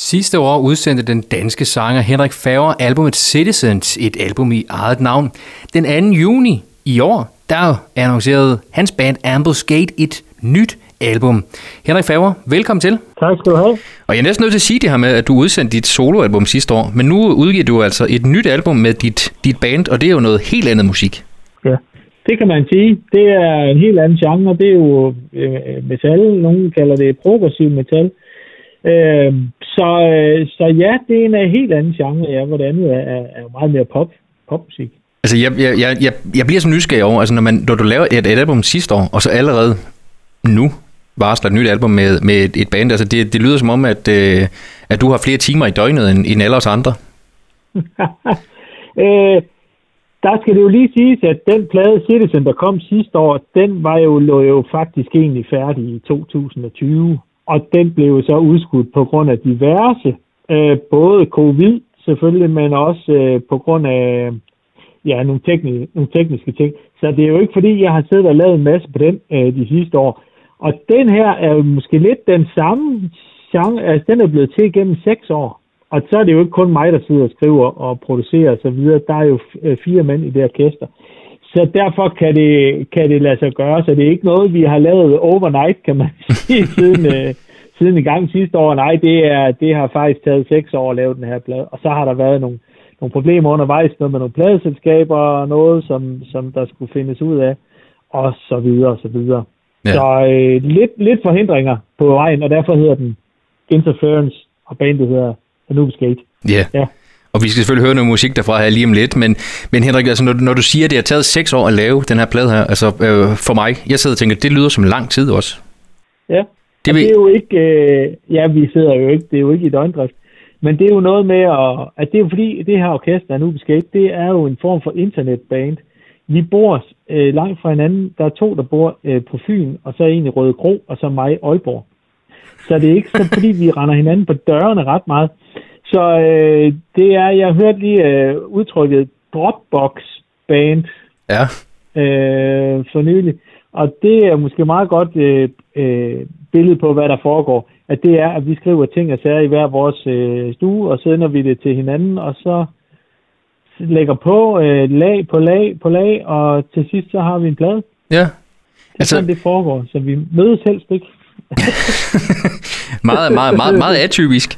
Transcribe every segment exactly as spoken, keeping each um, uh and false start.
Sidste år udsendte den danske sanger Henrik Fager albumet Citizens, et album i eget navn. Den anden juni i år, der annoncerede hans band Ambuscade et nyt album. Henrik Fager, velkommen til. Tak skal du have. Og jeg er næsten nødt til at sige det her med, at du udsendte dit soloalbum sidste år, men nu udgiver du altså et nyt album med dit, dit band, og det er jo noget helt andet musik. Ja, det kan man sige. Det er en helt anden genre. Det er jo øh, metal. Nogen kalder det progressiv metal. Øh, så, øh, så ja, det er en helt anden genre, ja, hvor det andet er, er, er meget mere pop, popmusik. Altså, jeg, jeg, jeg, jeg bliver så nysgerrig over, altså når, man, når du laver et, et album sidste år, og så allerede nu varsler et nyt album med, med et, et band, altså det, det lyder som om, at, øh, at du har flere timer i døgnet end, end alle os andre. øh, der skal det jo lige siges, at den plade Citizen, der kom sidste år, den var jo, lå jo faktisk egentlig færdig i to tusind og tyve. Og den blev så udskudt på grund af diverse, øh, både covid selvfølgelig, men også øh, på grund af ja, nogle, tekni- nogle tekniske ting. Så det er jo ikke fordi, jeg har siddet og lavet en masse på den øh, de sidste år. Og den her er jo måske lidt den samme genre, altså den er blevet til gennem seks år. Og så er det jo ikke kun mig, der sidder og skriver og producerer og så videre. Der er jo f- fire mænd i det orkester. Så derfor kan det, kan det lade sig gøre. Så det er ikke noget, vi har lavet overnight, kan man sige, siden, øh, siden i gang sidste år. Nej, det, er, det har faktisk taget seks år at lave den her plade. Og så har der været nogle, nogle problemer undervejs, noget med nogle pladeselskaber og noget, som, som der skulle findes ud af. Og så videre, og så videre. Ja. Så øh, lidt, lidt forhindringer på vejen, og derfor hedder den Interference, og bandet hedder Ambuscade. Yeah. Ja. Og vi skal selvfølgelig høre noget musik derfra her lige om lidt, men, men Henrik, altså når, når du siger, at det har taget seks år at lave den her plade her, altså øh, for mig, jeg sidder og tænker, det lyder som lang tid også. Ja, det, det er jo ikke, øh, ja, vi sidder jo ikke, det er jo ikke i døgndrift, men det er jo noget med, at, at det er jo fordi, det her orkester, Ambuscade, det er jo en form for internetband. Vi bor øh, langt fra hinanden, der er to, der bor øh, på Fyn, og så er en i Røde Kro, og så mig i Aalborg. Så det er ikke så, fordi vi render hinanden på dørene ret meget. Så øh, det er, jeg hørte lige øh, udtrykket Dropbox-band ja. øh, for nylig. Og det er måske meget godt øh, øh, billede på, hvad der foregår. At det er, at vi skriver ting og sager i hver vores øh, stue, og sender vi det til hinanden, og så lægger på øh, lag på lag på lag, og til sidst så har vi en plade. Ja. Det er altså... sådan, det foregår, så vi mødes helst ikke. meget, meget, meget, meget atypisk.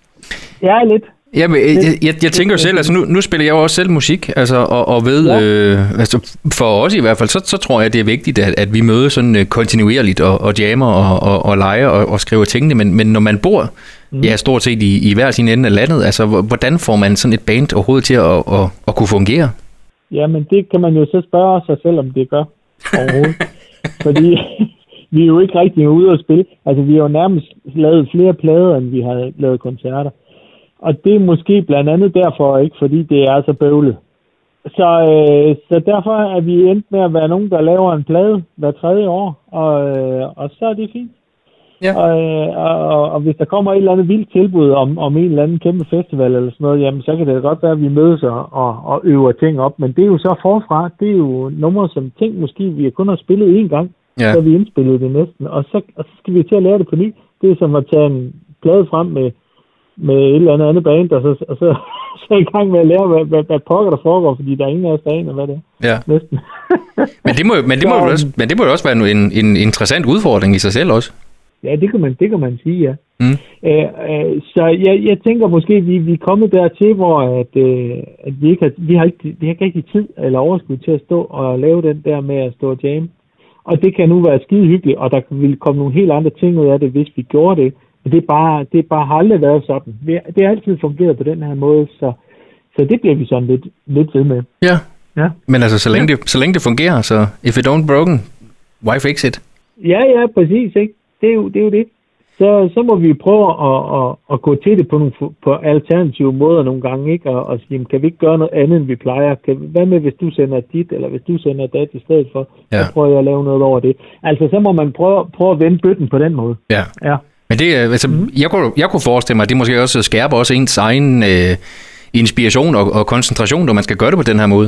Ja, lidt. Ja, men jeg, jeg, jeg tænker jo selv, altså nu, nu spiller jeg jo også selv musik, altså, og, og ved, ja. øh, altså for os i hvert fald, så, så tror jeg, det er vigtigt, at, at vi mødes sådan uh, kontinuerligt og, og jammer og, og, og leger og, og skriver tingene, men, men når man bor, mm. ja, stort set i, i hver sin ende af landet, altså hvordan får man sådan et band overhovedet til at, at, at kunne fungere? Ja, men det kan man jo så spørge sig selv, om det gør overhovedet, fordi vi er jo ikke rigtig ude at spille, altså vi har jo nærmest lavet flere plader, end vi har lavet koncerter. Og det er måske blandt andet derfor, ikke, fordi det er så bøvlet. Så, øh, så derfor er vi endt med at være nogen, der laver en plade hver tredje år, og, øh, og så er det fint. Ja. Og, øh, og, og hvis der kommer et eller andet vildt tilbud om, om en eller anden kæmpe festival eller sådan noget, jamen så kan det godt være, at vi mødes og, og, og øver ting op. Men det er jo så forfra, det er jo numre som ting, måske vi kun har spillet én gang, ja. Så vi indspillet det næsten, og så, og så skal vi til at lære det på ny. Det er som at tage en plade frem med med et eller andet andet band, og så, og så, så i gang med at lære, hvad, hvad, hvad pokker der foregår, fordi der er ingen af os, der aner, hvad det er. Ja. Næsten. men, det må, men, det må så, også, men det må jo også være en, en interessant udfordring i sig selv også. Ja, det kan man, det kan man sige, ja. Mm. Æ, øh, så jeg, jeg tænker måske, at vi, vi er kommet dertil, hvor at, øh, at vi, ikke har, vi, har ikke, vi har ikke rigtig tid eller overskud til at stå og lave den der med at stå og jam. Og det kan nu være skide hyggeligt, og der vil komme nogle helt andre ting ud af det, hvis vi gjorde det. Det er bare, det er bare har aldrig været sådan. Det har altid fungeret på den her måde, så, så det bliver vi sådan lidt, lidt ved med. Ja. Ja, men altså, så længe, ja. det, så længe det fungerer, så if it don't broken, why fix it? Ja, ja, præcis, ikke? Det er jo det. Er jo det. Så, så må vi prøve at, at, at gå til det på nogle på alternative måder nogle gange, ikke? Og, og sige, kan vi ikke gøre noget andet, end vi plejer? Kan, hvad med, hvis du sender dit, eller hvis du sender dat i stedet for? Ja. Så prøver jeg at lave noget over det. Altså, så må man prøve, prøve at vende bøtten på den måde. Ja. Ja. Men det, altså, mm. jeg, kunne, jeg kunne forestille mig, at det måske også skærper også ens egen øh, inspiration og, og koncentration, når man skal gøre det på den her måde.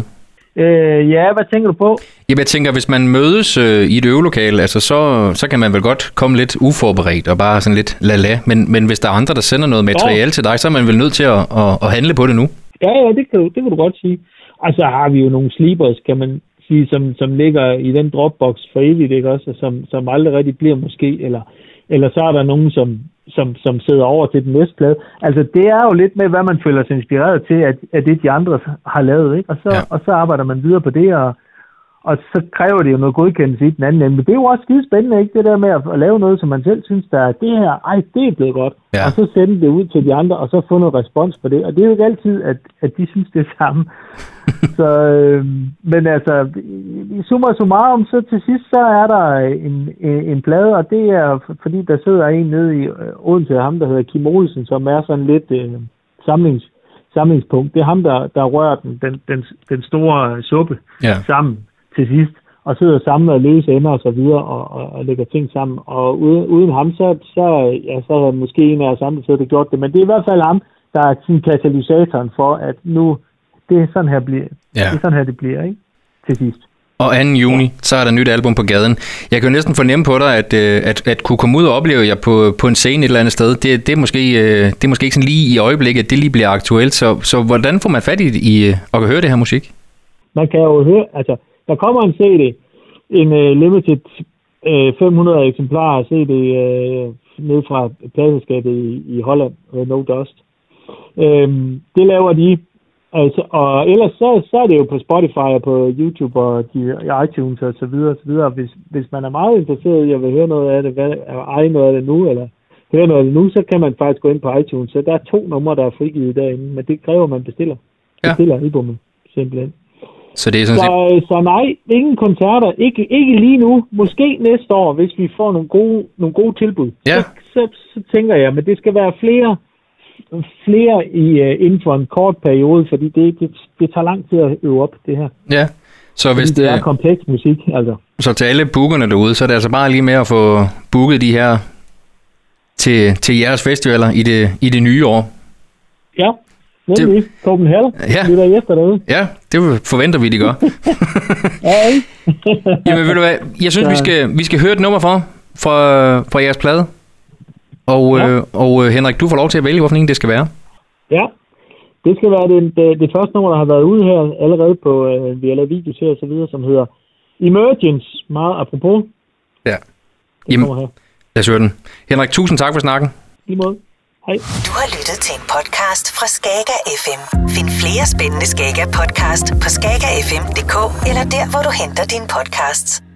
Øh, ja, hvad tænker du på? Jamen, jeg tænker, hvis man mødes øh, i et øvelokale, altså, så, så kan man vel godt komme lidt uforberedt og bare sådan lidt la-la. Men, men hvis der er andre, der sender noget materiale ja. til dig, så er man vel nødt til at, at, at handle på det nu? Ja, ja, det kan, det kan du godt sige. Altså har vi jo nogle sleepers, kan man sige, som, som ligger i den Dropbox for evigt, ikke også? Som, som aldrig rigtig bliver måske, eller, eller så er der nogen, som, som, som sidder over til den næste plade. Altså det er jo lidt med, hvad man føler sig inspireret til, at, at det de andre har lavet, ikke? Og så, ja. og så arbejder man videre på det, og, og så kræver det jo noget godkendelse i den anden ende. Men det er jo også skide spændende, ikke? Det der med at, at lave noget, som man selv synes, der er det her, ej, det er blevet godt. Ja. Og så sende det ud til de andre, og så få noget respons på det. Og det er jo ikke altid, at, at de synes det samme. så, øh, men altså, i summa summarum, så til sidst, så er der en, en, en plade, og det er, fordi der sidder en nede i Odense, ham der hedder Kim Olsen, som er sådan lidt øh, samlings, samlingspunkt. Det er ham, der, der rører den, den, den, den store suppe ja. sammen til sidst, og sidder og samler og løse ender og så videre, og, og, og lægger ting sammen. Og uden, uden ham, så, så, ja, så er måske en af os andre, så det gjort det. Men det er i hvert fald ham, der er sådan katalysatoren for, at nu, det er sådan her, bliver, ja. det er sådan her det bliver, ikke? Til sidst. Og anden juni, ja. så er der et nyt album på gaden. Jeg kan jo næsten fornemme på dig, at, at, at kunne komme ud og opleve jer på, på en scene et eller andet sted, det, det, er måske, det er måske ikke sådan lige i øjeblikket, at det lige bliver aktuelt. Så, så hvordan får man fat i, i at høre det her musik? Man kan jo høre, altså, der kommer en C D, en uh, limited uh, fem hundrede eksemplarer C D uh, ned fra pladeselskabet i, i Holland, uh, No Dust. Um, det laver de, altså, og ellers så, så er det jo på Spotify og på YouTube og de, iTunes og så videre, og så videre. Hvis, hvis man er meget interesseret i at vil høre noget af det, hvad, eje noget af det nu, eller høre noget af det nu, så kan man faktisk gå ind på iTunes. Så der er to numre, der er frigivet derinde, men det kræver, at man bestiller. Bestiller ja. albumet, simpelthen. Så, det er sådan så, set... så nej, ingen koncerter, ikke, ikke lige nu. Måske næste år, hvis vi får nogle gode, nogle gode tilbud. Ja. Så, så, så tænker jeg, men det skal være flere, flere i, uh, inden for en kort periode, fordi det, det, det tager lang tid at øve op, det her. Ja, så hvis det, det er kompleks musik, altså. Så til alle bookerne derude, så er det altså bare lige med at få booket de her til, til jeres festivaler i det, i det nye år. Ja. Det... Copenhagen, ja. Vi var efter derude. Ja, det forventer vi, de gør. ja, Jamen ved du hvad, jeg synes, ja. vi, skal, vi skal høre et nummer for, fra, fra jeres plade. Og, ja. øh, og Henrik, du får lov til at vælge, hvorfor en det skal være. Ja, det skal være det, det, det første nummer, der har været ude her allerede på, øh, vi har lavet videos her og så videre, som hedder Emergence, meget apropos. Ja, jamen, lad os høre den. Henrik, tusind tak for snakken. I måde. Hej. Du har lyttet til en podcast fra Skager F M. Find flere spændende Skager podcast på skager f m punktum d k eller der, hvor du henter dine podcasts.